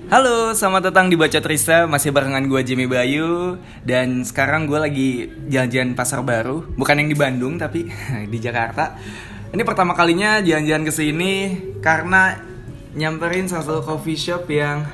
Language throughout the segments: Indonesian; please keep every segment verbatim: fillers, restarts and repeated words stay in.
Halo, selamat datang di Bacot Risa. Masih barengan gue Jimmy Bayu. Dan sekarang gue lagi jalan-jalan pasar baru. Bukan yang di Bandung, tapi di Jakarta. Ini pertama kalinya jalan-jalan kesini karena nyamperin salah satu coffee shop yang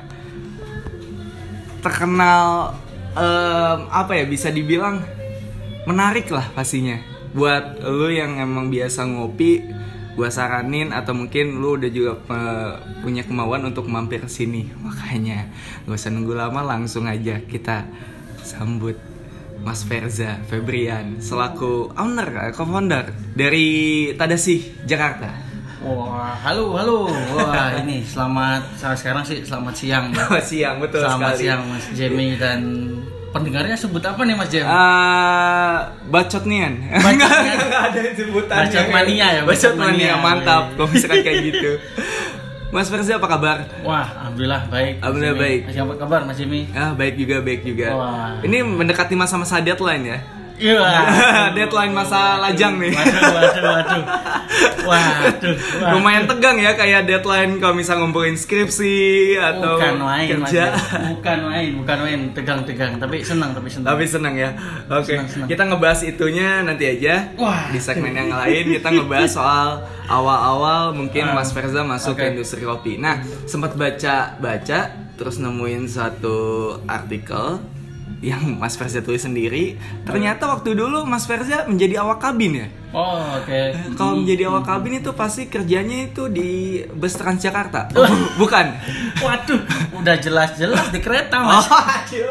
terkenal, um, apa ya, bisa dibilang menarik lah pastinya. Buat lu yang emang biasa ngopi, gue saranin, atau mungkin lu udah juga uh, punya kemauan untuk mampir ke sini. Makanya gak usah nunggu lama, langsung aja kita sambut Mas Ferza Febrian selaku owner, co-founder dari Tadasih Jakarta. Wah, halo, halo. Wah, ini selamat, sekarang sih selamat siang ya. Selamat siang, betul selamat sekali. Selamat siang Mas Jamie dan pendengarnya sebut apa nih Mas Jamie? Uh, bacot nian. Bacot Enggak ada sebutannya. Bacot mania ya. Bacot mania, mantap. Kalau misalkan kayak gitu. Mas Ferza apa kabar? Wah, alhamdulillah baik. Alhamdulillah baik. Mas apa kabar Mas Jamie? Ah, baik juga, baik juga. Wah. Ini mendekati masa-masa deadline ya. Iya. Deadline masa lajang nih. Waduh, waduh, waduh. Waduh, waduh. Lumayan tegang ya kayak deadline kalau misal ngumpulin skripsi atau bukan main, kerja. Mas, bukan main, bukan main, tegang-tegang, tapi senang, tapi senang. Tapi senang ya. Oke. Okay. Kita ngebahas itunya nanti aja. Wah. Di segmen yang lain kita ngebahas soal awal-awal mungkin uh, Mas Ferza masuk okay. ke industri kopi. Nah, sempat baca-baca terus nemuin satu artikel yang Mas Ferza tulis sendiri. Ternyata waktu dulu Mas Ferza menjadi awak kabin ya. Oh, oke. Okay. Kalau menjadi awak kabin itu pasti kerjanya itu di bus Transjakarta. Oh, bukan. Waduh, udah jelas-jelas di kereta Mas. Oh,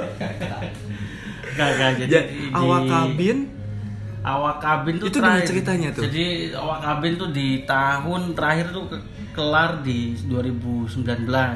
gak, gak, jadi, jadi di, awak kabin. Awak kabin tuh itu terakhir, ceritanya tuh. Jadi awak kabin tuh di tahun terakhir tuh ke, kelar di dua ribu sembilan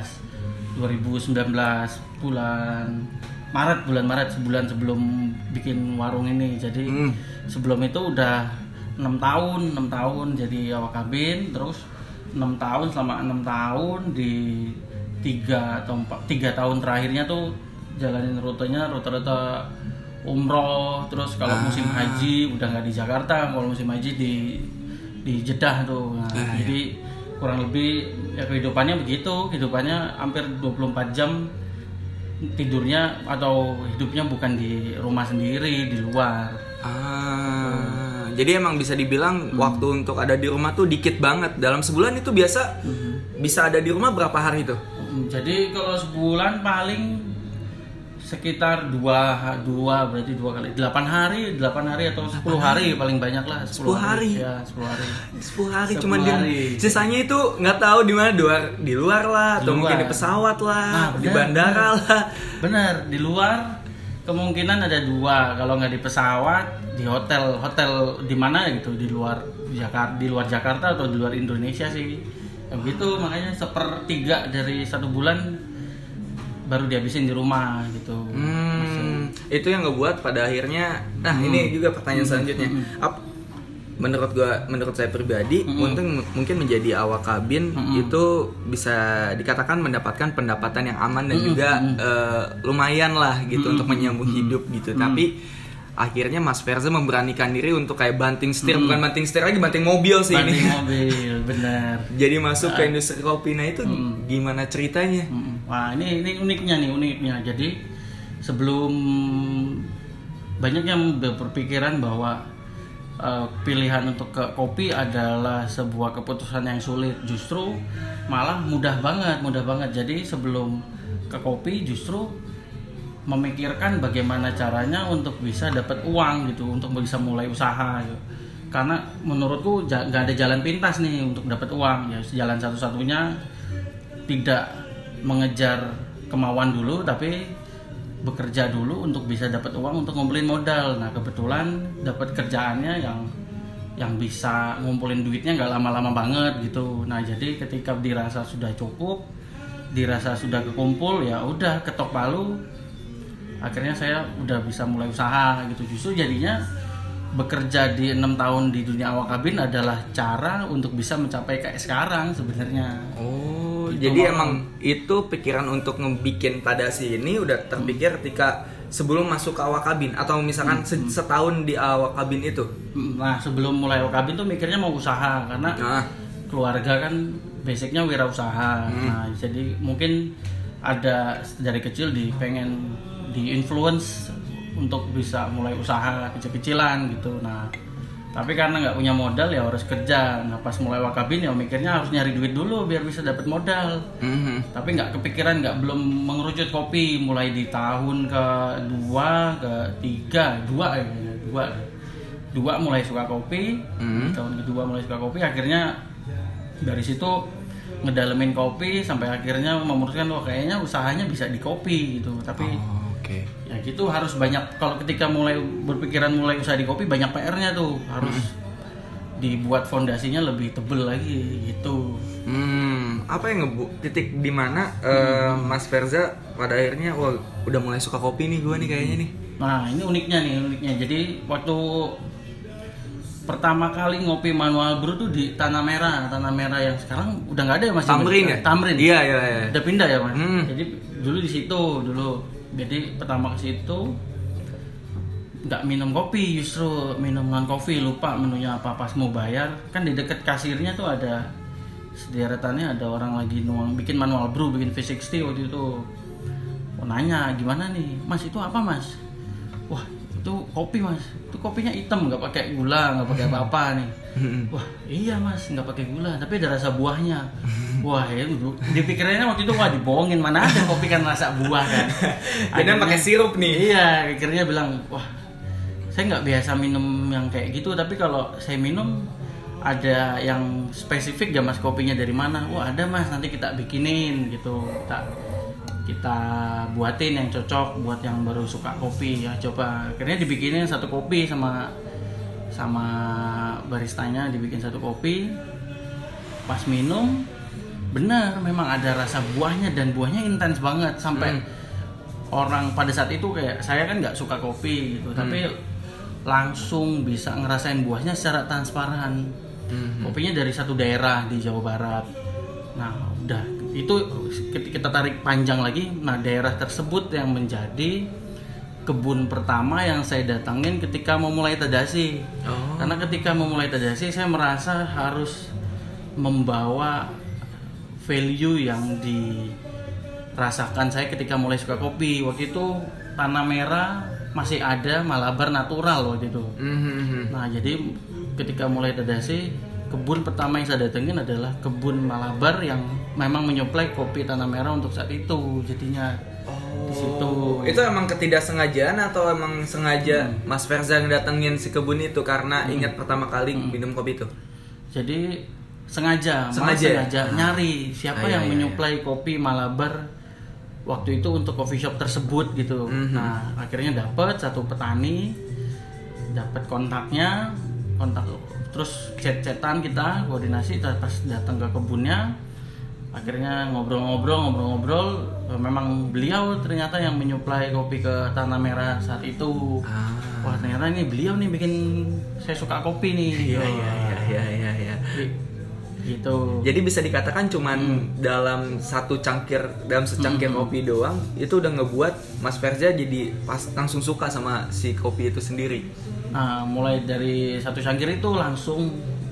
belas bulan Maret, bulan Maret, sebulan sebelum bikin warung ini. Jadi hmm. sebelum itu udah enam tahun, enam tahun jadi awak kabin, terus enam tahun, selama enam tahun di tiga atau empat, tiga tahun terakhirnya tuh jalanin rutenya rute-rute umroh. Terus kalau ah. musim haji udah nggak di Jakarta, kalau musim haji di di Jeddah tuh. Nah, ah, jadi ya. kurang lebih ya kehidupannya begitu, kehidupannya hampir dua puluh empat jam. Tidurnya atau hidupnya bukan di rumah sendiri, di luar. Ah, hmm. Jadi emang bisa dibilang hmm. waktu untuk ada di rumah tuh dikit banget. Dalam sebulan itu biasa hmm. bisa ada di rumah berapa hari tuh? Hmm, jadi kalau sebulan paling sekitar dua, dua berarti dua kali delapan hari, delapan hari atau sepuluh hari paling banyak lah. Sepuluh hari. Ya, sepuluh hari. Sepuluh hari cuma di sisanya itu nggak tahu di mana, luar di luar lah, atau mungkin di pesawat lah, nah, bener, di bandara bener. lah. Bener, di luar kemungkinan ada dua, kalau nggak di pesawat, di hotel, hotel di mana gitu, di luar Jakarta, di luar Jakarta atau di luar Indonesia sih. Begitu, makanya sepertiga dari satu bulan baru dihabisin di rumah gitu. Hmm, itu yang ngebuat pada akhirnya. Nah, hmm. ini juga pertanyaan selanjutnya. Hmm. Ap, menurut gua, menurut saya pribadi, hmm. untuk mungkin menjadi awak kabin hmm. itu bisa dikatakan mendapatkan pendapatan yang aman dan hmm. juga hmm. Uh, lumayan lah gitu hmm. untuk menyambung hmm. hidup gitu. Hmm. Tapi akhirnya Mas Ferza memberanikan diri untuk kayak banting setir, hmm. bukan banting setir lagi, banting mobil sih banting ini. Banting mobil, benar. Jadi masuk uh. ke industri kopi. Nah itu hmm. gimana ceritanya? Hmm. Wah, ini ini uniknya nih, uniknya. Jadi sebelum banyak yang berpikiran bahwa uh, pilihan untuk ke kopi adalah sebuah keputusan yang sulit, justru malah mudah banget, mudah banget. Jadi sebelum ke kopi justru memikirkan bagaimana caranya untuk bisa dapat uang gitu, untuk bisa mulai usaha gitu. Karena menurutku nggak ada jalan pintas nih untuk dapat uang. Ya jalan satu-satunya tidak mengejar kemauan dulu, tapi bekerja dulu untuk bisa dapat uang untuk ngumpulin modal. Nah kebetulan dapat kerjaannya yang yang bisa ngumpulin duitnya nggak lama-lama banget gitu. Nah jadi ketika dirasa sudah cukup, dirasa sudah kekumpul, ya udah ketok palu. Akhirnya saya udah bisa mulai usaha gitu. Justru jadinya bekerja di enam tahun di dunia awak kabin adalah cara untuk bisa mencapai kayak sekarang sebenarnya. Oh, gitu. Jadi emang itu pikiran untuk ngebikin Tadasih ini udah terpikir hmm. ketika sebelum masuk ke awak kabin, atau misalkan hmm. setahun di awak kabin itu? Nah, sebelum mulai awak kabin tuh mikirnya mau usaha karena nah. keluarga kan basicnya wirausaha. Hmm. Nah, jadi mungkin ada dari kecil di pengen di influence untuk bisa mulai usaha kecil-kecilan gitu. Nah tapi karena nggak punya modal ya harus kerja. Nah pas mulai Wakabin ya mikirnya harus nyari duit dulu biar bisa dapat modal. Mm-hmm. Tapi nggak kepikiran, nggak belum mengerucut kopi. Mulai di tahun kedua, ketiga, dua ya, dua, dua mulai suka kopi. Mm-hmm. Tahun kedua mulai suka kopi. Akhirnya dari situ ngedalemin kopi sampai akhirnya memutuskan wah kayaknya usahanya bisa di kopi gitu. Tapi oh, okay. ya gitu harus banyak, kalau ketika mulai berpikiran mulai usaha di kopi banyak P R-nya tuh, harus hmm. dibuat fondasinya lebih tebel lagi gitu. Hmm, apa yang ngebu titik di mana uh, hmm. Mas Ferza pada akhirnya wah udah mulai suka kopi nih gua nih kayaknya nih. Nah, ini uniknya nih, uniknya. Jadi waktu pertama kali ngopi manual brew tuh di Tanah Merah, Tanah Merah yang sekarang udah nggak ada ya Mas. Tamrin ya? Tamrin. Iya, iya, iya. Udah pindah ya Mas. Hmm. Jadi dulu di situ dulu. Jadi pertama ke situ nggak minum kopi, justru minum non kopi, lupa menunya apa. Pas mau bayar kan di dekat kasirnya tuh ada sederetannya, ada orang lagi nuang bikin manual brew, bikin V enam puluh waktu itu. Oh, nanya gimana nih Mas, itu apa Mas? Wah itu kopi Mas, itu kopinya hitam nggak pakai gula, nggak pakai apa-apa nih. Wah iya Mas, nggak pakai gula tapi ada rasa buahnya. Wah ya dipikirnya waktu itu wah dibohongin, mana ada kopi kan rasa buah kan. Akhirnya pakai sirup nih. Iya, akhirnya bilang wah saya nggak biasa minum yang kayak gitu, tapi kalau saya minum ada yang spesifik gak Mas kopinya dari mana? Wah ada Mas, nanti kita bikinin gitu, kita kita buatin yang cocok buat yang baru suka kopi ya, coba. Akhirnya dibikinin satu kopi sama sama baristanya, dibikin satu kopi. Pas minum benar memang ada rasa buahnya dan buahnya intens banget sampai hmm. orang pada saat itu kayak saya kan nggak suka kopi gitu, hmm. tapi langsung bisa ngerasain buahnya secara transparan. Hmm. Kopinya dari satu daerah di Jawa Barat. Nah udah itu kita tarik panjang lagi. Nah daerah tersebut yang menjadi kebun pertama yang saya datangin ketika memulai Tadashi. Oh. Karena ketika memulai Tadashi saya merasa harus membawa value yang dirasakan saya ketika mulai suka kopi. Waktu itu Tanah Merah masih ada Malabar natural waktu itu. Mm-hmm. Nah jadi ketika mulai Tadashi, kebun pertama yang saya datengin adalah kebun Malabar yang memang menyuplai kopi Tanah Merah untuk saat itu. Jadinya oh, di situ. Itu emang ketidaksengajaan atau emang sengaja hmm. Mas Ferza ngedatengin si kebun itu karena hmm. ingat pertama kali hmm. minum kopi itu? Jadi sengaja, sengaja, sengaja ah. nyari siapa ah, yang iya, menyuplai iya. kopi Malabar waktu itu untuk coffee shop tersebut gitu. Mm-hmm. Nah akhirnya dapat satu petani, dapat kontaknya, kontak terus chat-chatan kita koordinasi pas datang ke kebunnya. Akhirnya ngobrol-ngobrol, ngobrol-ngobrol, memang beliau ternyata yang menyuplai kopi ke Tanah Merah saat itu. Ah. Wah ternyata ini beliau nih bikin saya suka kopi nih. Iya iya iya iya iya. Gitu. Jadi bisa dikatakan cuman hmm. dalam satu cangkir, dalam secangkir hmm. kopi doang itu udah ngebuat Mas Ferza jadi pas langsung suka sama si kopi itu sendiri. Nah, mulai dari satu cangkir itu langsung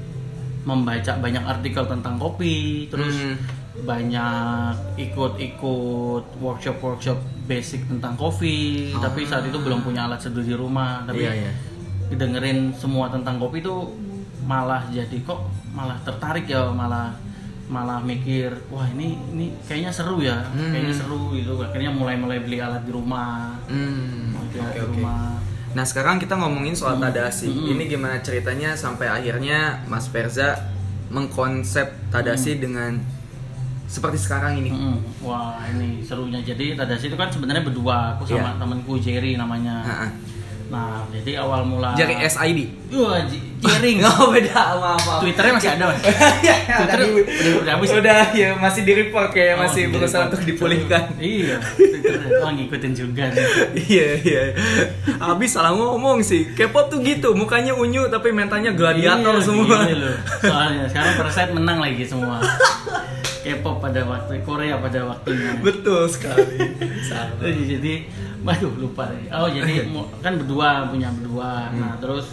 membaca banyak artikel tentang kopi, terus hmm. banyak ikut-ikut workshop-workshop basic tentang kopi. Ah. Tapi saat itu belum punya alat seduh di rumah. Tapi iya, iya. dengerin semua tentang kopi itu malah jadi kok malah tertarik ya, malah malah mikir wah ini ini kayaknya seru ya, hmm. kayaknya seru gitu. Akhirnya mulai-mulai beli alat di rumah. Hmm. Beli alat okay, di rumah. Okay. Nah sekarang kita ngomongin soal hmm. Tadashi. Hmm. Ini gimana ceritanya sampai akhirnya Mas Ferza mengkonsep Tadashi hmm. dengan seperti sekarang ini? Hmm. Wah ini serunya. Jadi Tadashi itu kan sebenarnya berdua, aku sama yeah. temanku Jerry namanya. Ha-ha. Nah, jadi awal mula Jerry S I D. Wah, Jering. Oh, beda, maaf, maaf. Twitternya masih ada, Mas. Iya, Twitternya udah udah habis. Udah, ya masih di-report kayak oh, masih berusaha untuk dipulihkan. Iya, Twitternya oh, ngikutin juga nih. Iya, iya. Habis salah ngomong sih. K-pop tuh gitu, mukanya unyu tapi mentalnya gladiator iya, semua. Iya loh. Soalnya sekarang Parasite menang lagi semua. K-pop pada waktu Korea pada waktunya. Betul sekali. Salah. Jadi waduh lupa oh jadi kan berdua punya berdua hmm. Nah terus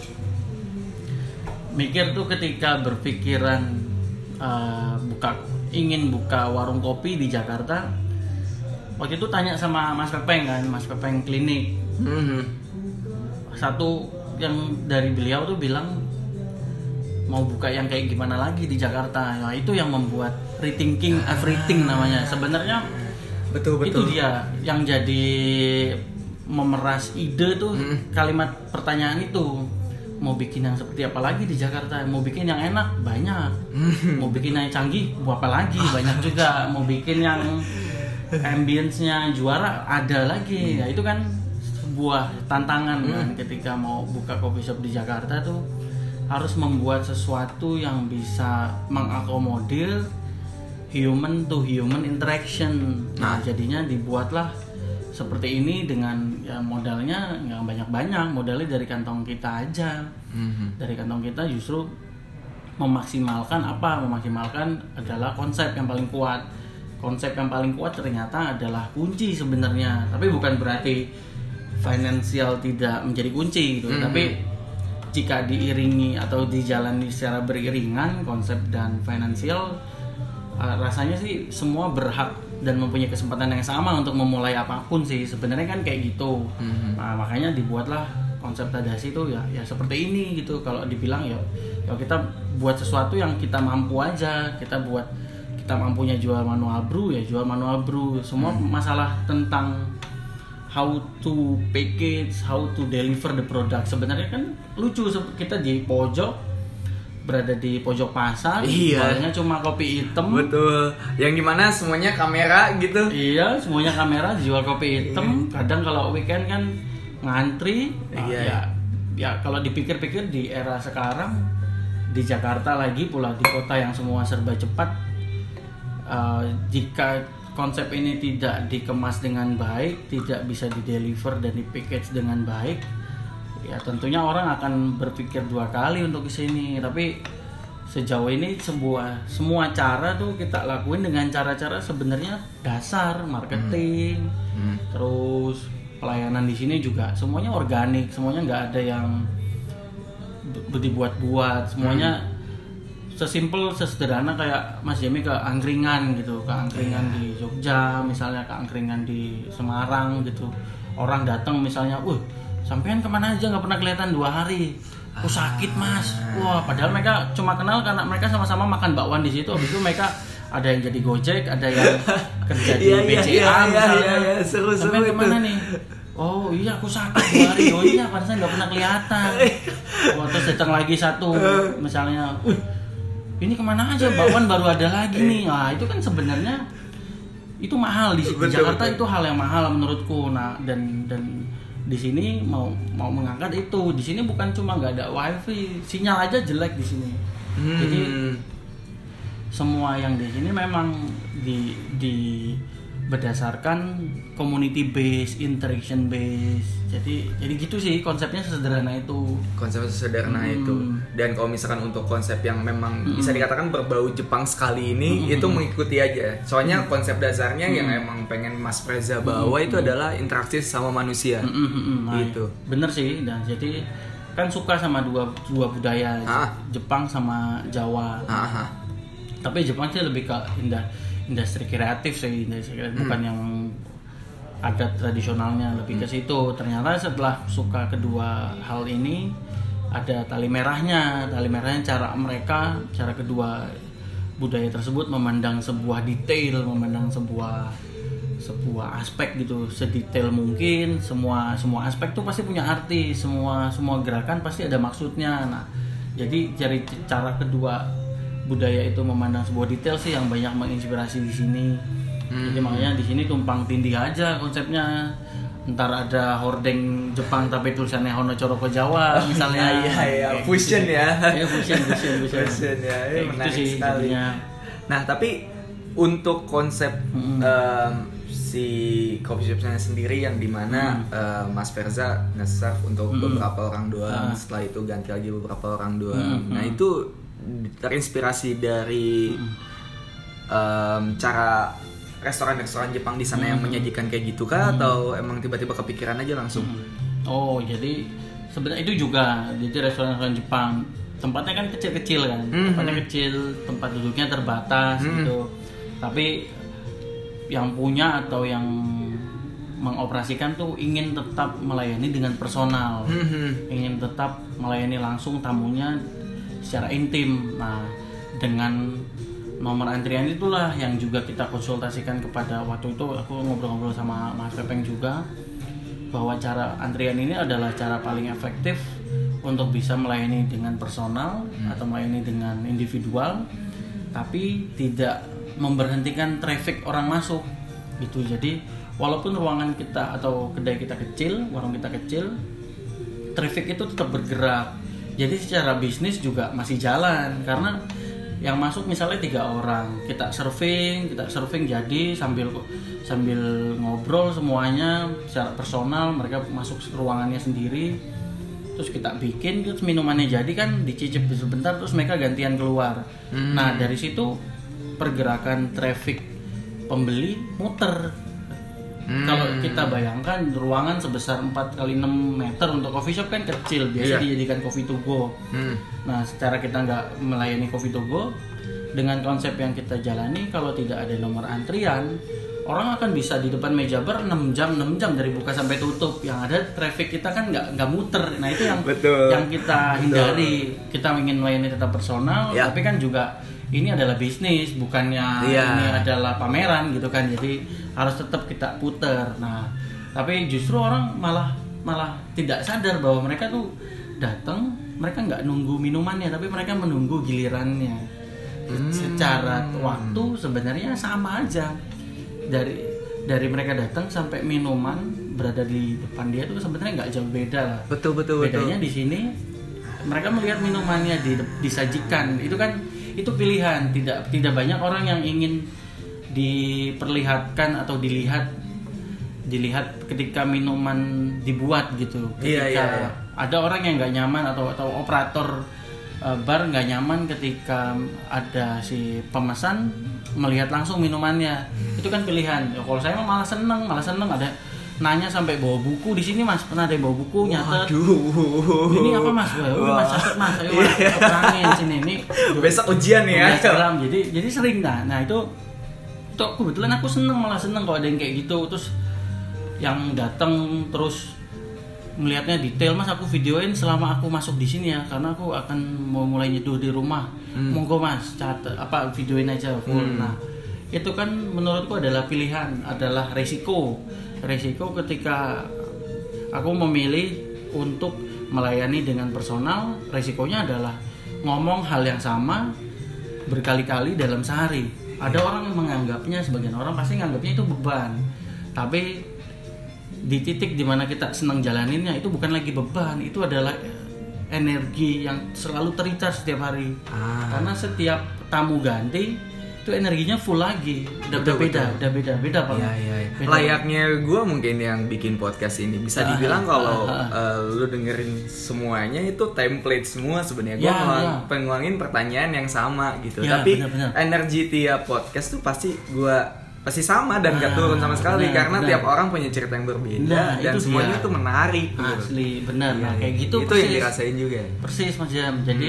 mikir tuh ketika berpikiran uh, buka ingin buka warung kopi di Jakarta, waktu itu tanya sama Mas Pepeng kan, Mas Pepeng klinik. Mm-hmm. Satu yang dari beliau tuh bilang mau buka yang kayak gimana lagi di Jakarta. Nah, itu yang membuat rethinking everything namanya. Sebenarnya betul betul. Itu dia yang jadi memeras ide tuh mm. kalimat pertanyaan itu. Mau bikin yang seperti apa lagi di Jakarta? Mau bikin yang enak banyak. Mm. Mau bikin yang canggih mau apa lagi banyak juga. Mau bikin yang ambience-nya juara ada lagi. Ya itu kan sebuah tantangan mm. kan ketika mau buka coffee shop di Jakarta tuh harus membuat sesuatu yang bisa mengakomodir human to human interaction. Nah, jadinya dibuatlah seperti ini dengan ya modalnya nggak banyak-banyak, modalnya dari kantong kita aja. Mm-hmm. Dari kantong kita justru memaksimalkan apa? Memaksimalkan adalah konsep yang paling kuat. Konsep yang paling kuat ternyata adalah kunci sebenarnya. Tapi bukan berarti finansial tidak menjadi kunci gitu. Mm-hmm. Tapi jika diiringi atau dijalani secara beriringan konsep dan finansial, uh, rasanya sih semua berhak dan mempunyai kesempatan yang sama untuk memulai apapun sih sebenarnya kan kayak gitu. Mm-hmm. Nah, makanya dibuatlah konsep Tadashi itu ya ya seperti ini gitu. Kalau dibilang ya ya kita buat sesuatu yang kita mampu aja, kita buat kita mampunya jual manual brew ya jual manual brew. Semua mm-hmm. masalah tentang how to package, how to deliver the product. Sebenarnya kan lucu kita di pojok berada di pojok pasar, iya. Jualnya cuma kopi hitam. Betul. Yang dimana semuanya kamera gitu. Iya, semuanya kamera, jual kopi hitam. Kadang kalau weekend kan ngantri. Nah, iya. Ya, ya kalau dipikir-pikir di era sekarang di Jakarta lagi pula di kota yang semua serba cepat, uh, jika konsep ini tidak dikemas dengan baik, tidak bisa dideliver dan dipackage dengan baik, ya tentunya orang akan berpikir dua kali untuk kesini. Tapi sejauh ini sebuah semua cara tuh kita lakuin dengan cara-cara sebenarnya dasar marketing, hmm. Hmm. terus pelayanan di sini juga semuanya organik, semuanya nggak ada yang dibuat-buat, semuanya hmm. sesimpel sesederhana kayak Mas Jemi ke angkringan gitu, ke angkringan yeah. di Jogja misalnya, ke angkringan di Semarang gitu, orang datang misalnya, uh sampean kemana aja nggak pernah kelihatan dua hari, aku sakit mas, wah padahal mereka cuma kenal karena mereka sama-sama makan bakwan di situ, habis itu mereka ada yang jadi Gojek, ada yang kerja di B C A yeah, yeah, misalnya, yeah, yeah, seru, sampean seru kemana itu. nih? Oh iya aku sakit dua hari, oh iya padahal nggak pernah kelihatan, oh, terus datang lagi satu misalnya, uh ini kemana aja, bakwan baru ada lagi nih. Nah itu kan sebenarnya itu mahal di, di Jakarta, itu hal yang mahal menurutku. Nah dan dan di sini mau mau mengangkat itu, di sini bukan cuma nggak ada wifi, sinyal aja jelek di sini. Hmm. Jadi semua yang di sini memang di di berdasarkan community based, interaction based. Jadi jadi gitu sih konsepnya, sesederhana itu. Konsepnya sesederhana hmm. itu. Dan kalau misalkan untuk konsep yang memang hmm. bisa dikatakan berbau Jepang sekali ini, hmm. itu mengikuti aja. Soalnya hmm. konsep dasarnya hmm. yang emang pengen Mas Reza bawa hmm. itu adalah interaksi sama manusia. Hmm. Hmm. Nah, gitu. Bener sih. Dan jadi kan suka sama dua dua budaya, ah. Jepang sama Jawa. Ah. Tapi Jepang sih lebih ke indah industri kreatif sih, industri kreatif, hmm. bukan yang adat tradisionalnya, lebih ke situ. Ternyata setelah suka kedua hal ini, ada tali merahnya. Tali merahnya cara mereka, cara kedua budaya tersebut memandang sebuah detail, memandang sebuah sebuah aspek gitu, sedetail mungkin. Semua semua aspek tuh pasti punya arti, semua semua gerakan pasti ada maksudnya. Nah, jadi cari cara kedua budaya itu memandang sebuah detail sih yang banyak menginspirasi di sini. Hmm. Jadi makanya di sini tumpang tindih aja konsepnya. Ntar ada hordeng Jepang tapi tulisannya Hono Choroko Jawa misalnya. Iya iya, fusion gitu. Ya. Iya fusion fusion fusion. Fusion ya, ya menarik gitu sih, sekali. Jadinya. Nah tapi untuk konsep hmm. um, si coffee shopnya sendiri yang dimana hmm. uh, Mas Verza nge-serve untuk hmm. beberapa orang doang, hmm. setelah itu ganti lagi beberapa orang doang. Hmm. Nah itu terinspirasi dari hmm. um, cara restoran-restoran Jepang di sana hmm. yang menyajikan kayak gitu kah, hmm. atau emang tiba-tiba kepikiran aja langsung? Hmm. Oh jadi sebenarnya itu juga, jadi restoran-restoran Jepang tempatnya kan kecil-kecil kan, hmm. tempatnya kecil, tempat duduknya terbatas hmm. gitu. Tapi yang punya atau yang mengoperasikan tuh ingin tetap melayani dengan personal, mm-hmm. ingin tetap melayani langsung tamunya secara intim. Nah, dengan nomor antrian itulah yang juga kita konsultasikan kepada waktu itu aku ngobrol-ngobrol sama Mas Pepeng juga bahwa cara antrian ini adalah cara paling efektif untuk bisa melayani dengan personal mm. atau melayani dengan individual, tapi tidak memberhentikan traffic orang masuk gitu. Jadi walaupun ruangan kita atau kedai kita kecil, warung kita kecil, traffic itu tetap bergerak. Jadi secara bisnis juga masih jalan karena yang masuk misalnya tiga orang, kita surfing, kita surfing jadi sambil sambil ngobrol semuanya secara personal, mereka masuk ruangannya sendiri, terus kita bikin, terus minumannya jadi kan dicicip sebentar, terus mereka gantian keluar. Hmm. Nah dari situ pergerakan traffic pembeli muter. Hmm. Kalau kita bayangkan ruangan sebesar empat kali enam meter untuk coffee shop kan kecil, biasa yeah. dijadikan coffee to go. Hmm. Nah, secara kita nggak melayani coffee to go dengan konsep yang kita jalani, kalau tidak ada nomor antrian, orang akan bisa di depan meja bar enam jam enam jam dari buka sampai tutup. Yang ada traffic kita kan nggak nggak muter. Nah, itu yang Betul. yang kita hindari. Betul. Kita ingin melayani tetap personal, yeah. tapi kan juga ini adalah bisnis, bukannya yeah. ini adalah pameran gitu kan. Jadi harus tetap kita puter. Nah, tapi justru orang malah malah tidak sadar bahwa mereka tuh datang, mereka nggak nunggu minumannya, tapi mereka menunggu gilirannya. Hmm. Secara waktu sebenarnya sama aja. Dari dari mereka datang sampai minuman berada di depan dia tuh sebenarnya nggak jauh beda lah. Betul betul. Bedanya betul. Di sini mereka melihat minumannya disajikan. Itu kan itu pilihan. Tidak tidak banyak orang yang ingin diperlihatkan atau dilihat dilihat ketika minuman dibuat gitu. Ketika iya, iya, iya. ada orang yang nggak nyaman atau atau operator uh, bar nggak nyaman ketika ada si pemesan melihat langsung minumannya. Itu kan pilihan. Ya, kalau saya mah malah seneng, malah seneng ada nanya sampai bawa buku di sini mas, pernah ada yang bawa buku nyatet. Waduh. Ini apa mas? Wah, udah mas catat mas, ayo mas terangin sini ini. Besok ujian ya. Jadi jadi sering nah, nah itu tuh kebetulan aku seneng malah seneng kalau ada yang kayak gitu, terus yang datang terus melihatnya detail mas, aku videoin selama aku masuk di sini ya, karena aku akan mau mulai nyeduh di rumah. Hmm. Monggo mas catat apa videoin aja full. Hmm. Nah itu kan menurutku adalah pilihan, adalah resiko. Resiko ketika aku memilih untuk melayani dengan personal, resikonya adalah ngomong hal yang sama berkali-kali dalam sehari. Ada orang yang menganggapnya, sebagian orang pasti menganggapnya itu beban. Tapi di titik dimana kita senang jalaninnya itu bukan lagi beban, itu adalah energi yang selalu tercharge setiap hari. Ah. Karena setiap tamu ganti itu energinya full lagi, udah betul, beda, betul. udah beda, beda pak. Iya iya. Layaknya gue mungkin yang bikin podcast ini bisa dibilang ah, kalau ah, ah. Uh, lu dengerin semuanya itu template semua sebenarnya. Gue ya, ngulang, ya. penguangin pertanyaan yang sama gitu. Ya, tapi bener, bener. energi tiap podcast tuh pasti gue pasti sama dan gak turun sama sekali, bener, karena bener. tiap orang punya cerita yang berbeda nah, dan semuanya dia. tuh menarik. Asli, benar. Nah, kayak gitu. Itu persis, yang dirasain juga. Persis Mas Jam. Jadi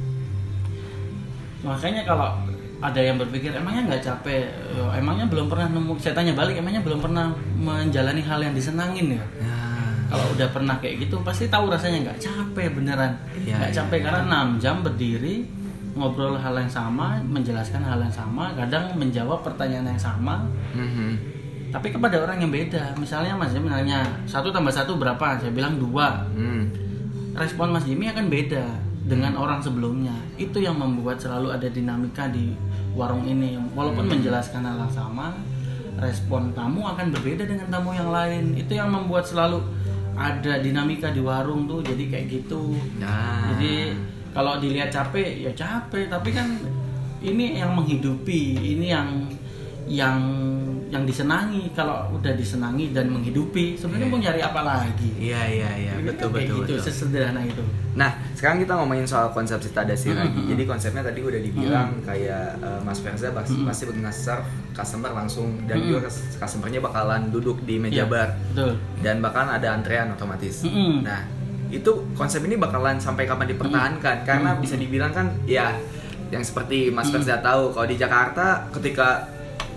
hmm. makanya kalau ada yang berpikir emangnya nggak capek, yo, emangnya belum pernah nemu, saya tanya balik, emangnya belum pernah menjalani hal yang disenangin ya? Nah. Kalau udah pernah kayak gitu pasti tahu rasanya nggak capek beneran, nggak ya, capek ya. Karena enam jam berdiri ngobrol hal yang sama, menjelaskan hal yang sama, kadang menjawab pertanyaan yang sama, mm-hmm. tapi kepada orang yang beda. Misalnya Mas Jimmy nanya satu tambah satu berapa, saya bilang dua, mm. respon Mas Jimmy akan beda dengan orang sebelumnya. Itu yang membuat selalu ada dinamika di warung ini. Walaupun hmm. menjelaskan hal yang sama, respon tamu akan berbeda dengan tamu yang lain. Itu yang membuat selalu ada dinamika di warung tuh. Jadi kayak gitu. Nah. Jadi kalau dilihat capek ya capek, tapi kan ini yang menghidupi, ini yang yang yang disenangi. Kalau udah disenangi dan menghidupi, sebenarnya yeah. mau nyari apa lagi? Iya iya iya, betul betul gitu, betul. Sesederhana itu. Nah, sekarang kita ngomongin soal konsep si Tadasih mm-hmm. lagi. Jadi konsepnya tadi udah dibilang mm-hmm. kayak uh, Mas Ferza pasti mm-hmm. pasti nge-serve customer langsung dan mm-hmm. juga customernya bakalan duduk di meja yeah, bar. Betul. Dan bakalan ada antrean otomatis. Mm-hmm. Nah, itu konsep ini bakalan sampai kapan dipertahankan? Mm-hmm. Karena bisa dibilang kan ya yang seperti Mas Ferza mm-hmm. tahu kalau di Jakarta ketika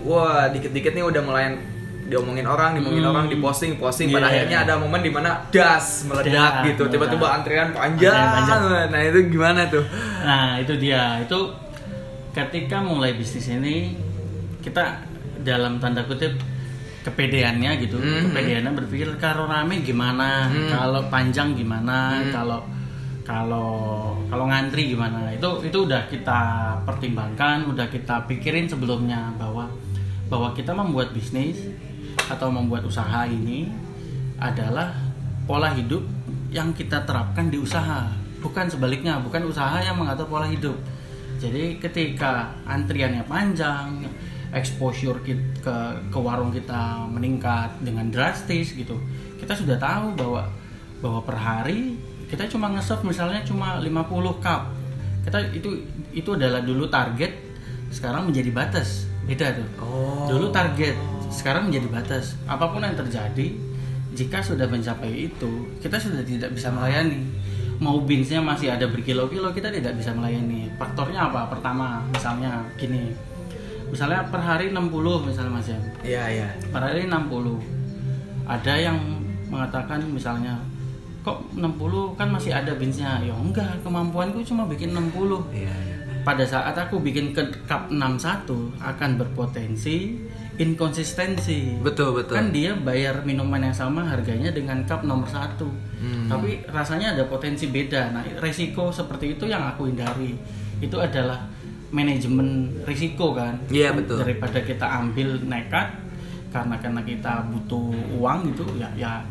wah dikit-dikit nih udah mulai diomongin orang, diomongin hmm. orang, diposting, posting. Pada yeah. akhirnya ada momen dimana das meledak yeah, gitu, meledak. Tiba-tiba antrian panjang. panjang. Nah itu gimana tuh? Nah itu dia, itu ketika mulai bisnis ini kita dalam tanda kutip kepedeannya gitu, mm-hmm. kepedeannya berpikir kalau rame gimana, mm. kalau panjang gimana, mm. kalau kalau kalau ngantri gimana. Itu itu udah kita pertimbangkan, udah kita pikirin sebelumnya bahwa bahwa kita membuat bisnis atau membuat usaha ini adalah pola hidup yang kita terapkan di usaha, bukan sebaliknya, bukan usaha yang mengatur pola hidup. Jadi ketika antriannya panjang, exposure kita ke, ke warung kita meningkat dengan drastis gitu, kita sudah tahu bahwa bahwa per hari kita cuma nge-serve misalnya cuma lima puluh cup. Kita itu itu adalah dulu target, sekarang menjadi batas. Beda tuh. Oh. Dulu target, sekarang menjadi batas. Apapun yang terjadi, jika sudah mencapai itu, kita sudah tidak bisa melayani. Mau binsnya masih ada berkilo-kilo, kita tidak bisa melayani. Faktornya apa? Pertama, misalnya gini. Misalnya per hari enam puluh misalnya Mas Jan. Iya, iya. Per hari enam puluh. Ada yang mengatakan misalnya, kok enam puluh kan masih ada binsnya. Ya enggak, kemampuanku cuma bikin enam puluh. Iya, iya. Pada saat aku bikin ke cup enam puluh satu akan berpotensi inkonsistensi. Betul, betul. Kan dia bayar minuman yang sama harganya dengan cup nomor satu. Hmm. Tapi rasanya ada potensi beda. Nah, resiko seperti itu yang aku hindari. Itu adalah manajemen risiko kan. Iya, betul. Daripada kita ambil nekat karena karena kita butuh uang gitu ya ya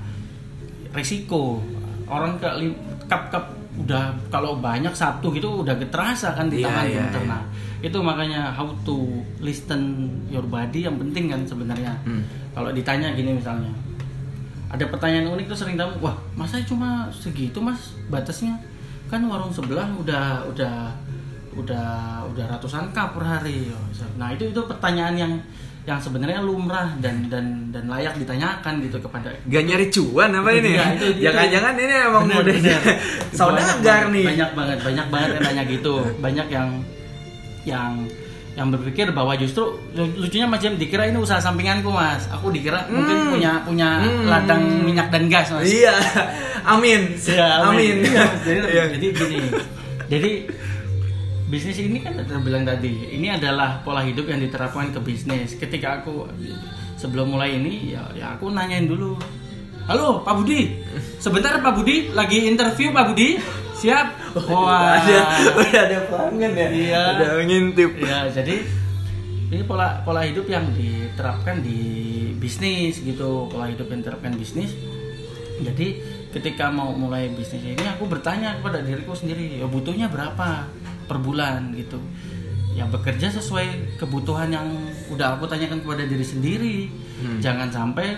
risiko. Orang ke cup-cup udah kalau banyak satu gitu udah terasa kan di tangan yeah, yeah, nah yeah. Itu makanya how to listen your body yang penting kan sebenarnya. hmm. Kalau ditanya gini misalnya ada pertanyaan unik tuh sering tamu, wah masa cuma segitu mas batasnya, kan warung sebelah udah udah udah udah ratusan cup per hari. Nah itu itu pertanyaan yang yang sebenarnya lumrah dan dan dan layak ditanyakan gitu kepada. Gak nyari cuan apa ini? Ya, itu, itu, jangan-jangan ini emang udah saudagar nih. Banyak banget, banyak banget yang nanya gitu. Banyak yang yang yang berpikir bahwa justru lucunya macam dikira ini usaha sampinganku mas. Aku dikira hmm. mungkin punya punya hmm. ladang minyak dan gas mas. Iya, amin. Ya, amin. amin. jadi, jadi gini, jadi bisnis ini kan terbilang tadi, ini adalah pola hidup yang diterapkan ke bisnis. Ketika aku sebelum mulai ini, ya, ya aku nanyain dulu. Halo Pak Budi, sebentar Pak Budi, lagi interview Pak Budi, siap? Oh, Wah, ada, udah ada pelanggan ya, iya, ada ngintip. Ya, jadi ini pola pola hidup yang diterapkan di bisnis gitu, pola hidup yang diterapkan bisnis. Jadi ketika mau mulai bisnis ini, aku bertanya kepada diriku sendiri, ya butuhnya berapa per bulan gitu, ya bekerja sesuai kebutuhan yang udah aku tanyakan kepada diri sendiri. hmm. Jangan sampai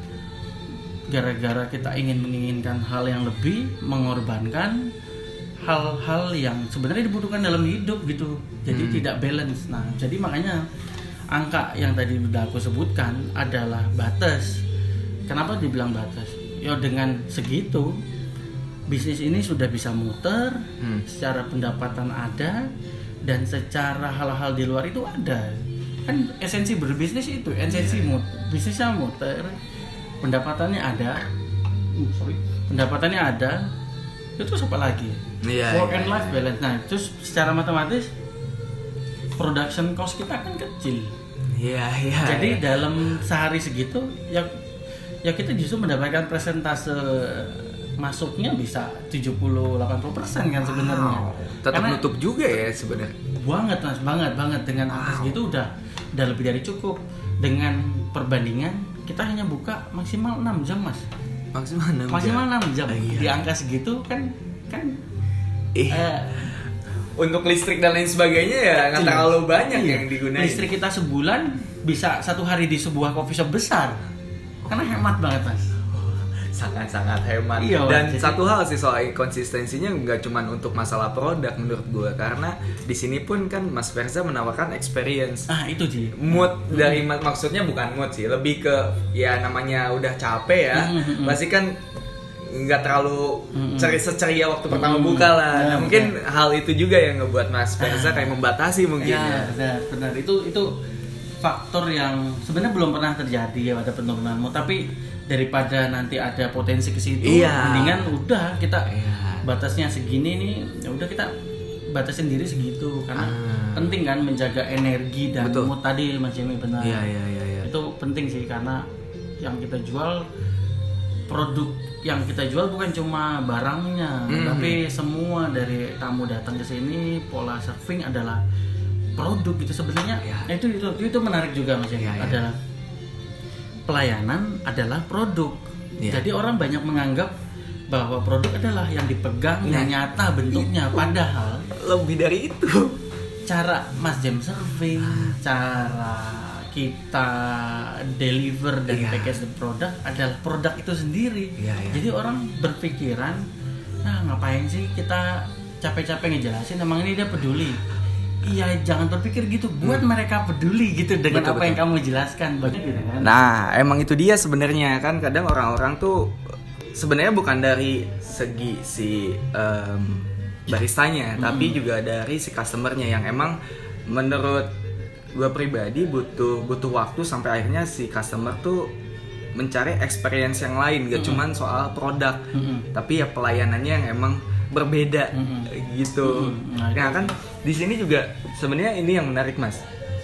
gara-gara kita ingin menginginkan hal yang lebih mengorbankan hal-hal yang sebenarnya dibutuhkan dalam hidup gitu, jadi hmm. tidak balance. Nah jadi makanya angka yang tadi udah aku sebutkan adalah batas. Kenapa dibilang batas? Ya dengan segitu bisnis ini sudah bisa muter, hmm. secara pendapatan ada, dan secara hal-hal di luar itu ada. Kan esensi berbisnis itu, esensi yeah. mut, bisnisnya muter, pendapatannya ada, uh, sorry, pendapatannya ada, itu apa lagi? Yeah, Work yeah, and life yeah. balance. Nah, terus secara matematis production cost kita kan kecil. Iya, yeah, iya. Yeah, Jadi yeah. dalam sehari segitu, ya, ya kita justru mendapatkan persentase masuknya bisa tujuh puluh sampai delapan puluh persen kan sebenarnya. Wow, tetap karena nutup juga ya sebenarnya. Banget Mas, banget banget dengan angka wow. segitu udah udah lebih dari cukup. Dengan perbandingan kita hanya buka maksimal enam jam Mas. Maksimal enam jam. Maksimal enam jam. Oh, iya. Di angka segitu kan kan eh. eh untuk listrik dan lain sebagainya ya nggak terlalu banyak iya. yang digunakan. Listrik kita sebulan bisa satu hari di sebuah coffee shop besar. Karena hemat banget Mas. Sangat-sangat hemat. Iya, dan jadi... satu hal sih soal konsistensinya nggak cuma untuk masalah produk menurut gue, karena di sini pun kan Mas Verza menawarkan experience. Ah itu sih. Mood hmm. dari maksudnya bukan mood sih, lebih ke ya namanya udah capek ya, hmm, pasti kan nggak terlalu hmm. ceria waktu hmm. pertama buka lah. Nah, nah mungkin benar. Hal itu juga yang ngebuat Mas Verza ah. kayak membatasi mungkin. Ya, ya. Benar, benar. Itu itu faktor yang sebenarnya belum pernah terjadi ya pada penurunanmu, tapi daripada nanti ada potensi ke situ, iya. mendingan udah kita iya. batasnya segini nih, ya udah kita batasin diri segitu karena ah. penting kan menjaga energi dan Betul. mood tadi Mas Jimmy benar. Iya, iya, iya, iya. Itu penting sih karena yang kita jual produk yang kita jual bukan cuma barangnya, mm-hmm. tapi semua dari tamu datang ke sini pola serving adalah produk gitu sebenarnya. Ya. Nah, itu itu itu menarik juga Mas ya. Ya, ya. Adalah pelayanan adalah produk. Ya. Jadi orang banyak menganggap bahwa produk adalah yang dipegang, nah, yang nyata bentuknya, itu. Padahal lebih dari itu. Cara Mas Jam serving, cara kita deliver dan ya. package the product adalah produk itu sendiri. Ya, ya. Jadi orang berpikiran, nah ngapain sih kita capek-capek ngejelasin, emang ini dia peduli. Iya, jangan berpikir gitu. Buat hmm. mereka peduli gitu dengan betul, apa betul. yang kamu jelaskan. Gitu, kan? Nah, emang itu dia sebenarnya kan kadang orang-orang tuh sebenarnya bukan dari segi si um, baristanya, hmm. tapi juga dari si customernya yang emang menurut gue pribadi butuh butuh waktu sampai akhirnya si customer tuh mencari experience yang lain, gak hmm. cuman soal produk, hmm. tapi ya pelayanannya yang emang berbeda mm-hmm. gitu. Mm-hmm. Nah, nah kan di sini juga sebenarnya ini yang menarik Mas.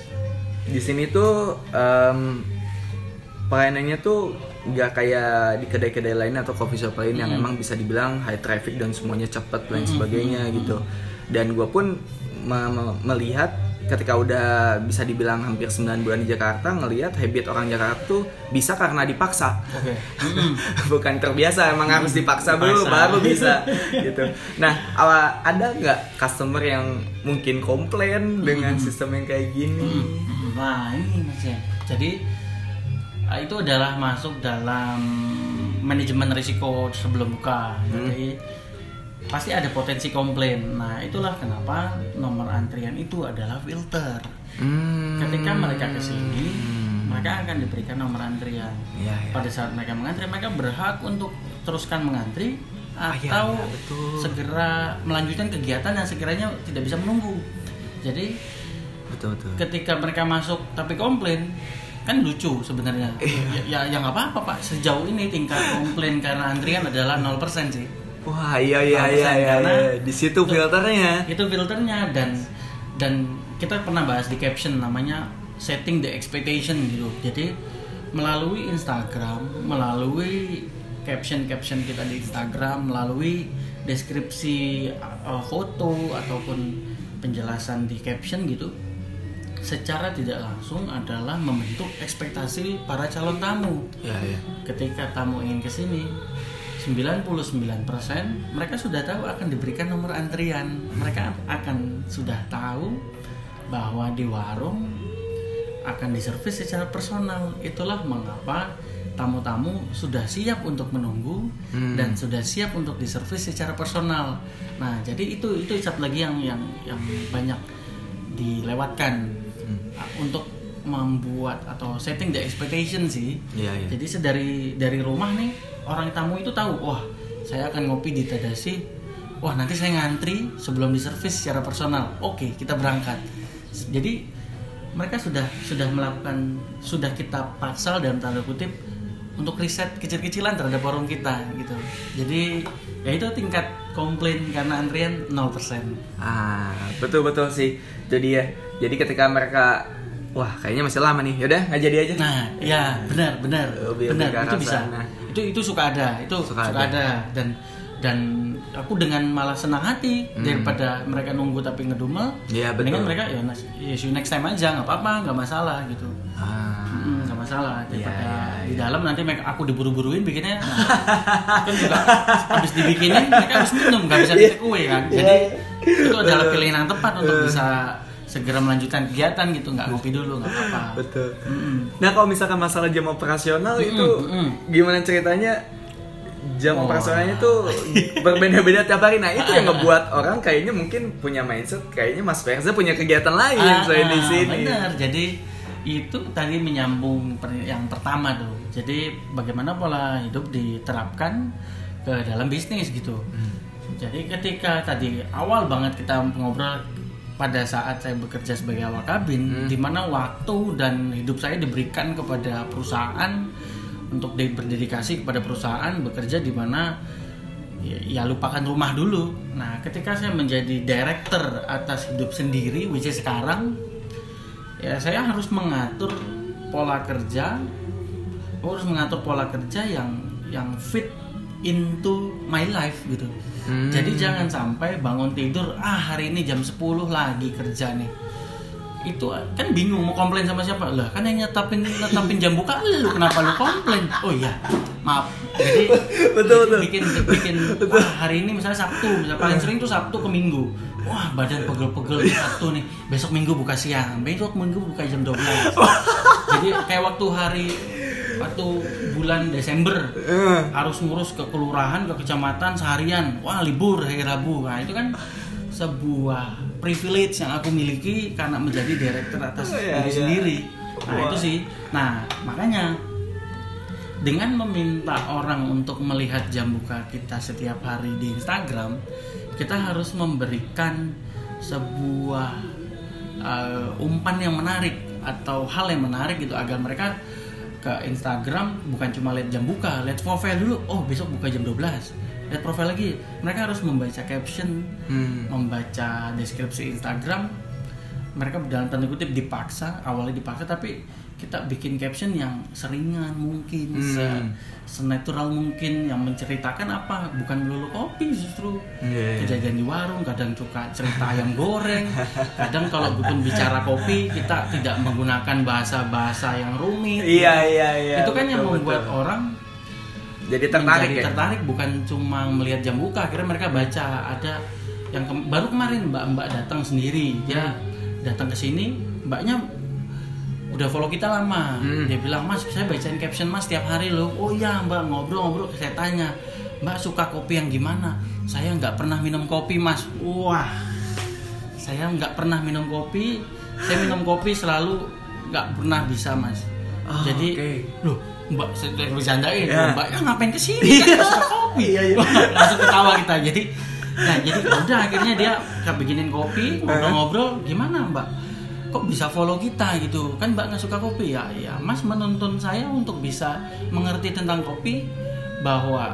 Di sini tuh um, pelayanannya tuh nggak kayak di kedai-kedai lain atau coffee shop lain mm-hmm. yang emang bisa dibilang high traffic dan semuanya cepat dan mm-hmm. sebagainya gitu. Dan gue pun me- me- melihat ketika udah bisa dibilang hampir sembilan bulan di Jakarta, ngelihat habit orang Jakarta tuh bisa karena dipaksa. Okay. Bukan terbiasa, emang harus dipaksa dulu baru bisa gitu. Nah, ada nggak customer yang mungkin komplain dengan sistem yang kayak gini? Nah, ini Mas ya. Jadi itu adalah masuk dalam manajemen risiko sebelum buka. Hmm. Jadi pasti ada potensi komplain. Nah, itulah kenapa nomor antrian itu adalah filter. Hmm. Ketika mereka kesini, mereka akan diberikan nomor antrian. Ya, ya. Pada saat mereka mengantri, mereka berhak untuk teruskan mengantri atau ah, ya, ya, segera melanjutkan kegiatan yang sekiranya tidak bisa menunggu. Jadi, betul, betul. Ketika mereka masuk tapi komplain, kan lucu sebenarnya. Ya, ya nggak apa-apa Pak. Sejauh ini tingkat komplain karena antrian adalah nol persen sih. Wah iya iya iya iya, iya. Di situ filternya. Itu filternya dan dan kita pernah bahas di caption namanya setting the expectation gitu. Jadi melalui Instagram, melalui caption-caption kita di Instagram, melalui deskripsi uh, foto ataupun penjelasan di caption gitu, secara tidak langsung adalah membentuk ekspektasi para calon tamu. Ya, ya. Ketika tamu ingin kesini, sembilan puluh sembilan persen mereka sudah tahu akan diberikan nomor antrian. Mereka akan sudah tahu bahwa di warung akan diservis secara personal. Itulah mengapa tamu-tamu sudah siap untuk menunggu hmm. dan sudah siap untuk diservis secara personal. Nah, jadi itu itu satu lagi yang yang yang banyak dilewatkan hmm. untuk membuat atau setting the expectation sih. Yeah, yeah. Jadi sedari dari rumah nih orang tamu itu tahu, wah saya akan ngopi di Tadasi, wah nanti saya ngantri sebelum diservis secara personal. Oke, kita berangkat. Jadi mereka sudah sudah melakukan, sudah kita paksal dalam tanda kutip untuk riset kecil-kecilan terhadap warung kita gitu. Jadi ya itu tingkat komplain karena antrian nol persen. Ah, betul-betul sih. Jadi ya, jadi ketika mereka wah kayaknya masih lama nih, yaudah nggak jadi aja. Nah, ya benar benar benar itu bisa. Nah. Itu itu suka ada, itu suka, suka ada. ada dan dan aku dengan malah senang hati hmm. daripada mereka nunggu tapi ngedumel. Iya betul. Dengan mereka ya, ya next time aja nggak apa-apa, nggak masalah gitu. Ah. Hmm, nggak masalah daripada ya, ya, di dalam ya. Nanti mereka aku diburu-buruin bikinnya. Nah, kan juga habis dibikinin mereka harus minum, nggak bisa di take away kan. Jadi itu adalah pilihan yang tepat untuk bisa segera melanjutkan kegiatan gitu, nggak ngopi dulu nggak apa-apa. Betul. Mm-hmm. Nah kalau misalkan masalah jam operasional mm-hmm. itu mm-hmm. gimana ceritanya? Jam oh. operasionalnya tuh berbeda-beda tiap hari. Nah itu yang ngebuat orang kayaknya mungkin punya mindset kayaknya Mas Verza punya kegiatan lain ah, selain di sini. Benar. Jadi itu tadi menyambung yang pertama tuh. Jadi bagaimana pola hidup diterapkan ke dalam bisnis gitu. Hmm. Jadi ketika tadi awal banget kita ngobrol pada saat saya bekerja sebagai awak kabin, hmm. di mana waktu dan hidup saya diberikan kepada perusahaan untuk berdedikasi kepada perusahaan, bekerja di mana ya, ya lupakan rumah dulu. Nah, ketika saya menjadi director atas hidup sendiri, which is sekarang, ya saya harus mengatur pola kerja, harus mengatur pola kerja yang yang fit into my life gitu. Hmm. Jadi jangan sampai bangun tidur, ah hari ini jam sepuluh lagi kerja nih. Itu kan bingung mau komplain sama siapa? Lah kan yang nyetapin nyetapin jam buka lu, kenapa lu komplain? Oh iya, maaf. Jadi betul betul. Bikin bikin wah, hari ini misalnya Sabtu, misalnya paling sering tuh Sabtu ke Minggu. Wah, badan pegel-pegel Sabtu nih. Besok Minggu buka siang, besok Minggu buka jam dua belas. Jadi kayak waktu hari waktu bulan Desember uh. harus ngurus ke kelurahan, ke kecamatan seharian, wah libur hari Rabu. Nah itu kan sebuah privilege yang aku miliki karena menjadi director atas oh, iya, diri iya. sendiri. Nah wow. itu sih. Nah makanya dengan meminta orang untuk melihat jam buka kita setiap hari di Instagram, kita harus memberikan sebuah uh, umpan yang menarik atau hal yang menarik gitu agar mereka ke Instagram bukan cuma lihat jam buka, lihat profile dulu. Oh besok buka jam dua belas. Lihat profile lagi. Mereka harus membaca caption, hmm. membaca deskripsi Instagram. Mereka dalam tanda kutip dipaksa, awalnya dipaksa, tapi kita bikin caption yang seringan mungkin, hmm. se senatural mungkin, yang menceritakan apa, bukan melulu kopi justru. Yeah. Kejadian di warung, kadang juga cerita ayam goreng. Kadang kalau bukan bicara kopi, kita tidak menggunakan bahasa-bahasa yang rumit. Iya yeah, iya yeah, iya. Yeah, itu kan betul, yang membuat betul. orang jadi tertarik menjadi ya? tertarik, bukan cuma melihat jam buka. Akhirnya mereka baca. Ada yang ke- baru kemarin mbak-mbak datang sendiri, dia hmm. datang ke sini, mbaknya udah follow kita lama. Hmm. Dia bilang, "Mas, saya bacain caption Mas tiap hari loh." "Oh iya, Mbak." Ngobrol-ngobrol, saya tanya, "Mbak suka kopi yang gimana?" "Saya nggak pernah minum kopi, Mas." Wah, saya nggak pernah minum kopi. Saya minum kopi selalu nggak pernah bisa, Mas. Oh, jadi, okay. loh, Mbak, saya bercandain, yeah. Mbaknya ngapain kesini? Kan suka kopi. Langsung ketawa kita. Jadi, nah, jadi udah akhirnya dia bikinin kopi, ngobrol-ngobrol, gimana Mbak? Kok bisa follow kita gitu? Kan Mbak nggak suka kopi ya? Ya, Mas menuntun saya untuk bisa mengerti tentang kopi, bahwa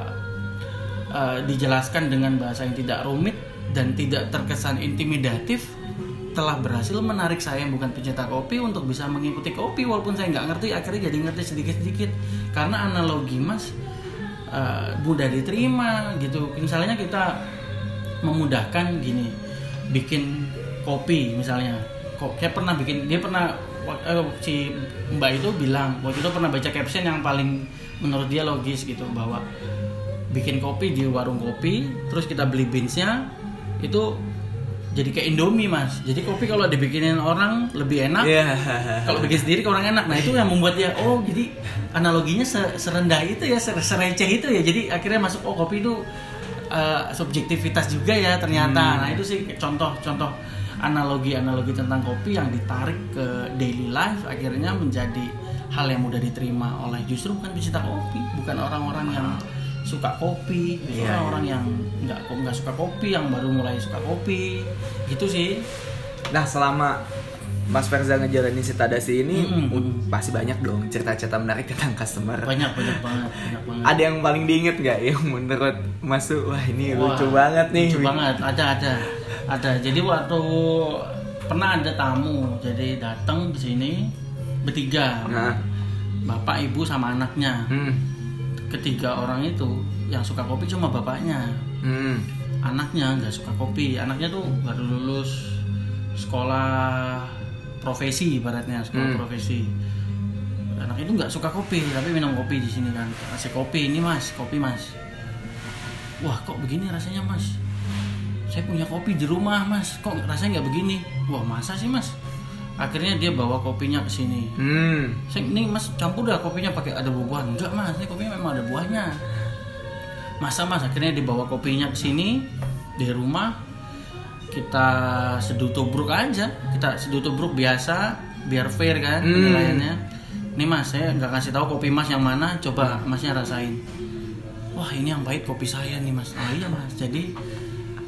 uh, dijelaskan dengan bahasa yang tidak rumit dan tidak terkesan intimidatif, telah berhasil menarik saya yang bukan pencinta kopi untuk bisa mengikuti kopi walaupun saya nggak ngerti. Akhirnya jadi ngerti sedikit-sedikit karena analogi Mas uh, mudah diterima gitu. Misalnya kita memudahkan gini, bikin kopi misalnya. Kok saya pernah bikin, dia pernah eh, si Mbak itu bilang waktu itu pernah baca caption yang paling menurut dia logis gitu, bahwa bikin kopi di warung kopi, terus kita beli beansnya itu jadi kayak Indomie Mas. Jadi kopi kalau dibikinin orang lebih enak, yeah. kalau bikin sendiri ke orang enak. Nah itu yang membuat dia, oh jadi analoginya serendah itu ya, sereceh itu ya. Jadi akhirnya masuk, oh kopi itu uh, subjektivitas juga ya ternyata. Hmm. Nah itu sih contoh-contoh analogi-analogi tentang kopi yang ditarik ke daily life, akhirnya menjadi hal yang mudah diterima oleh justru bukan pecinta kopi, bukan orang-orang yang suka kopi, yeah, orang-orang yeah. yang nggak nggak suka kopi, yang baru mulai suka kopi, gitu sih. Nah selama Mas Ferza ngejalanin si Tadasi ini, mm-hmm. pasti banyak dong cerita-cerita menarik tentang customer. Banyak, banyak banget, banyak banget. Ada yang paling diinget nggak yang menurut Mas tuh, wah ini wah, lucu banget nih? Lucu banget, ada ada. Ada, jadi waktu pernah ada tamu, jadi datang ke sini bertiga, nah. bapak, ibu, sama anaknya. Hmm. Ketiga orang itu yang suka kopi cuma bapaknya, hmm. anaknya nggak suka kopi. Anaknya tuh baru lulus sekolah profesi, ibaratnya sekolah hmm. profesi. Anak itu nggak suka kopi, tapi minum kopi di sini kan. Kasih kopi, ini Mas, kopi Mas. Wah kok begini rasanya Mas? Saya punya kopi di rumah Mas, kok rasanya nggak begini? Wah masa sih Mas? Akhirnya dia bawa kopinya ke sini. Hmm. Saya, ini Mas campur dah kopinya pakai ada buah-buahan. Enggak Mas, ini kopinya memang ada buahnya. Masa Mas? Akhirnya dibawa kopinya ke sini di rumah. Kita seduh tubruk aja, kita seduh tubruk biasa, biar fair kan hmm. penilaiannya. Nih Mas, saya nggak kasih tahu kopi Mas yang mana, coba Masnya rasain. Wah ini yang pahit kopi saya nih Mas. Oh iya Mas, jadi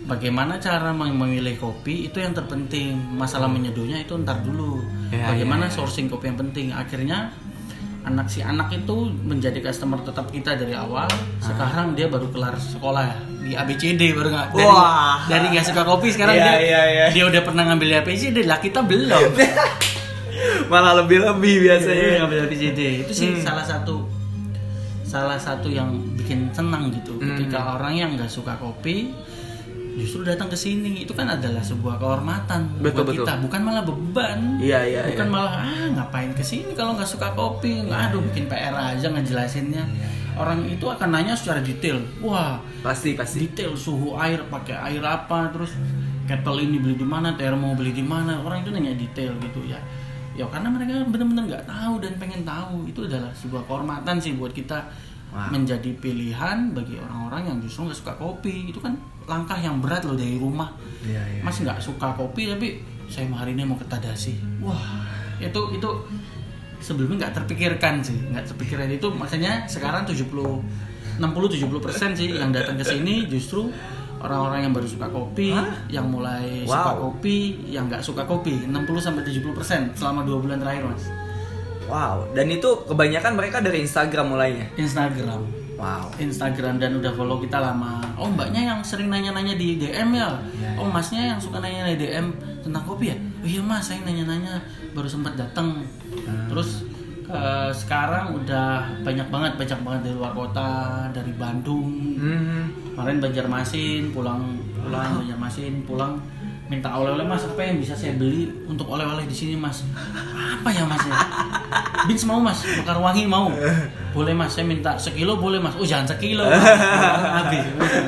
bagaimana cara memilih kopi itu yang terpenting. Masalah menyeduhnya itu ntar dulu. Ya, bagaimana ya, ya. sourcing kopi yang penting. Akhirnya anak si anak itu menjadi customer tetap kita dari awal. Sekarang dia baru kelar sekolah di A B C D baru nggak dari Wah. dari nggak suka kopi sekarang Ya, dia ya, ya. dia udah pernah ngambil A B C D lah, kita belum. Malah lebih-lebih biasanya. Iya, ngambil A B C D itu sih Hmm. salah satu salah satu yang bikin senang gitu. Hmm. Ketika orang yang nggak suka kopi justru datang ke sini, itu kan adalah sebuah kehormatan Betul, buat betul. kita, bukan malah beban. Iya, iya, bukan iya. malah ah ngapain ke sini kalau nggak suka kopi, nggak aduh bikin P R aja ngejelasinnya. Orang itu akan nanya secara detail, wah Pasti, pasti. detail suhu air, pakai air apa, terus kettle ini beli di mana, termo beli di mana. Orang itu nanya detail gitu ya. Ya karena mereka benar-benar nggak tahu dan pengen tahu. Itu adalah sebuah kehormatan sih buat kita. Wow. Menjadi pilihan bagi orang-orang yang justru nggak suka kopi. Itu kan langkah yang berat loh dari rumah. Iya, iya. Mas nggak suka kopi tapi saya hari ini mau ke Tadashi. Wah, itu itu sebelumnya nggak terpikirkan sih, nggak terpikirkan itu. Makanya sekarang tujuh puluh enam puluh tujuh puluh persen sih yang datang ke sini justru orang-orang yang baru suka kopi, Hah? yang mulai Wow. suka kopi, yang nggak suka kopi. enam puluh sampai tujuh puluh persen selama dua bulan terakhir, Mas. Wow, dan itu kebanyakan mereka dari Instagram mulainya. Instagram. Wow. Instagram dan udah follow kita lama. Oh, mbaknya yang sering nanya-nanya di D M ya? Ya, Oh, masnya yang suka nanya di D M tentang kopi ya? Oh iya mas, saya nanya-nanya baru sempat datang. Hmm. Terus eh, sekarang udah banyak banget, banyak banget dari luar kota, dari Bandung. Hmm. Kemarin Banjarmasin, pulang pulang Banjarmasin, pulang minta oleh-oleh mas, apa yang bisa saya beli untuk oleh-oleh di sini mas? Apa ya mas ya? Bins mau mas, bakar wangi mau? Boleh mas, saya minta sekilo boleh mas? Oh jangan sekilo mas, habis.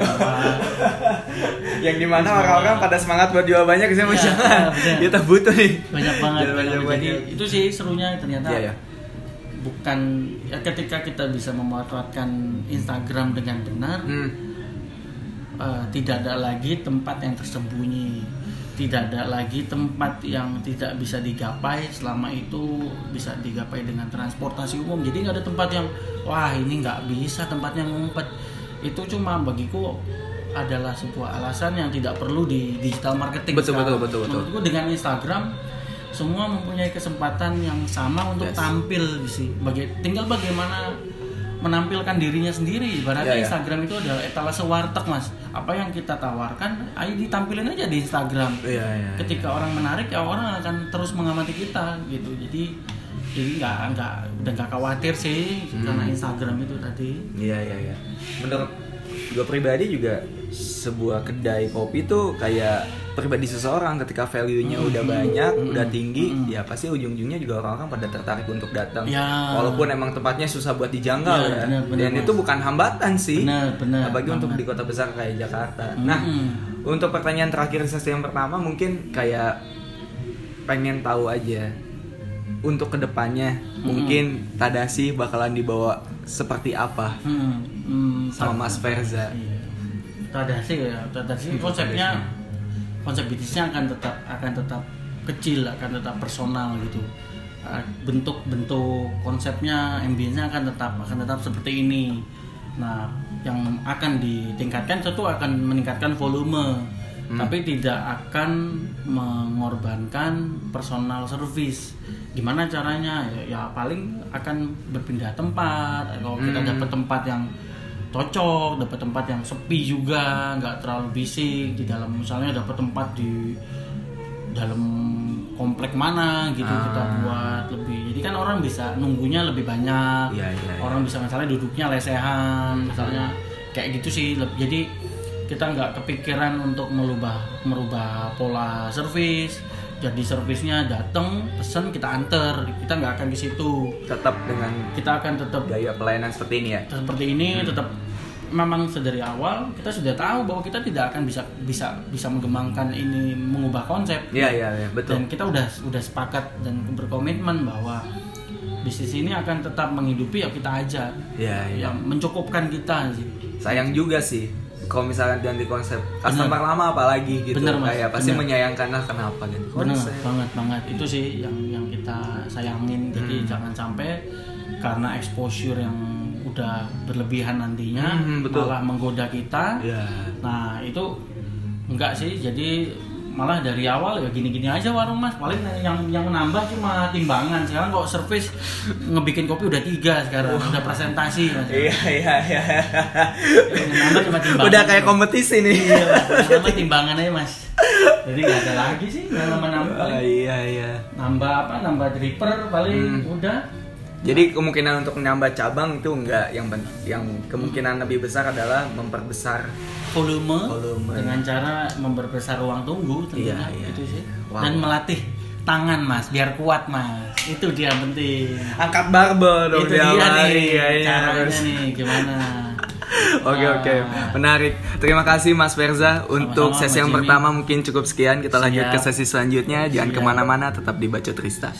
Yang dimana orang-orang pada semangat buat jual banyak sih, Mas. Iya, benar. Kita butuh nih. Banyak banget, Jual banyak. banyak. Jadi itu sih serunya ternyata. Iya, iya. Bukan ya ketika kita bisa memanfaatkan Instagram dengan benar. Hmm. Uh, tidak ada lagi tempat yang tersembunyi, tidak ada lagi tempat yang tidak bisa digapai. Selama itu bisa digapai dengan transportasi umum, jadi nggak ada tempat yang wah ini nggak bisa tempatnya ngumpet. Itu cuma bagiku adalah sebuah alasan yang tidak perlu di digital marketing. Betul, sekarang. betul, betul, betul. Menurutku dengan Instagram semua mempunyai kesempatan yang sama untuk Yes. tampil sih. Baga- tinggal bagaimana menampilkan dirinya sendiri. Ibaratnya Ya, ya. Instagram itu adalah etalase warteg mas. Apa yang kita tawarkan, ayo ditampilin aja di Instagram. Iya, iya. Ketika orang menarik, ya orang akan terus mengamati kita gitu. Jadi jadi nggak nggak udah nggak khawatir sih Hmm. karena Instagram itu tadi. Iya, iya, iya. Menurut gue pribadi juga sebuah kedai kopi tuh kayak pribadi seseorang. Ketika value-nya Mm, udah mm, banyak, mm, udah tinggi, mm. ya pasti ujung-ujungnya juga orang-orang pada tertarik untuk datang. Ya. Walaupun emang tempatnya susah buat dijangkau Ya, ya. benar, benar, Dan Mas. itu bukan hambatan sih. Benar, benar Apalagi untuk banget. di kota besar kayak Jakarta. Mm. Nah, untuk pertanyaan terakhir sesi yang pertama mungkin kayak pengen tahu aja untuk kedepannya mungkin Tadashi bakalan dibawa seperti apa Hmm, hmm, sama Mas Ferza. Iya. Tadashi ya, Tadashi konsepnya konsep bisnisnya akan tetap akan tetap kecil, akan tetap personal gitu. Uh, Bentuk-bentuk konsepnya, ambience-nya akan tetap akan tetap seperti ini. Nah, yang akan ditingkatkan tentu akan meningkatkan volume, Hmm. tapi tidak akan mengorbankan personal service. Gimana caranya? Ya, ya paling akan berpindah tempat. Kalau kita Hmm. dapat tempat yang cocok, dapat tempat yang sepi juga, nggak terlalu bisik di dalam. Misalnya dapat tempat di dalam komplek mana gitu, Ah. kita buat lebih. Jadi kan orang bisa nunggunya lebih banyak. Iya, iya, iya. Orang bisa misalnya duduknya lesehan, misalnya kayak gitu sih. Jadi kita nggak kepikiran untuk merubah merubah pola servis. Jadi servisnya datang, pesen, kita anter. Kita nggak akan ke situ. Tetap dengan Kita akan tetap gaya pelayanan seperti ini ya. seperti ini, tetap memang sedari awal kita sudah tahu bahwa kita tidak akan bisa bisa bisa mengembangkan ini, mengubah konsep. Iya, iya, iya, betul. Dan kita udah udah sepakat dan berkomitmen bahwa bisnis ini akan tetap menghidupi, ya kita aja. Iya, iya. Yang mencukupkan kita sih. Sayang juga sih kalau misalnya ganti konsep customer lama apalagi gitu. Bener, Mas. Kayak pasti Bener. menyayangkan lah kenapa ganti Bener konsep. banget banget itu sih yang yang kita sayangin. Jadi Hmm. jangan sampai karena exposure yang udah berlebihan nantinya Hmm, betul. malah menggoda kita. Iya. Nah itu Enggak sih, jadi malah dari awal ya gini-gini aja warung mas. Paling yang yang menambah cuma timbangan. Sekarang kok servis ngebikin kopi udah tiga sekarang, oh. udah presentasi mas. Iya iya iya. Yang menambah cuma timbangan. Udah kayak kompetisi nih. Iya, nambah timbangan aja mas. Jadi nggak ada lagi sih yang nambah paling. Oh, iya iya. Nambah apa? Nambah dripper paling hmm. udah. Jadi kemungkinan untuk menambah cabang itu enggak, yang yang kemungkinan lebih besar adalah memperbesar volume, volume. dengan cara memperbesar ruang tunggu tentunya iya, iya. Itu sih. Wow. Dan melatih tangan mas biar kuat mas, itu dia yang penting. Angkat barbel dong itu dia nih iya, iya, caranya harus. Nih gimana. Oke oke okay. Menarik. Terima kasih Mas Ferza. Untuk sama-sama, sesi yang Jimmy. Pertama mungkin cukup sekian. Kita lanjut Siap. ke sesi selanjutnya. Jangan Siap. kemana-mana, tetap di Bacot Rista.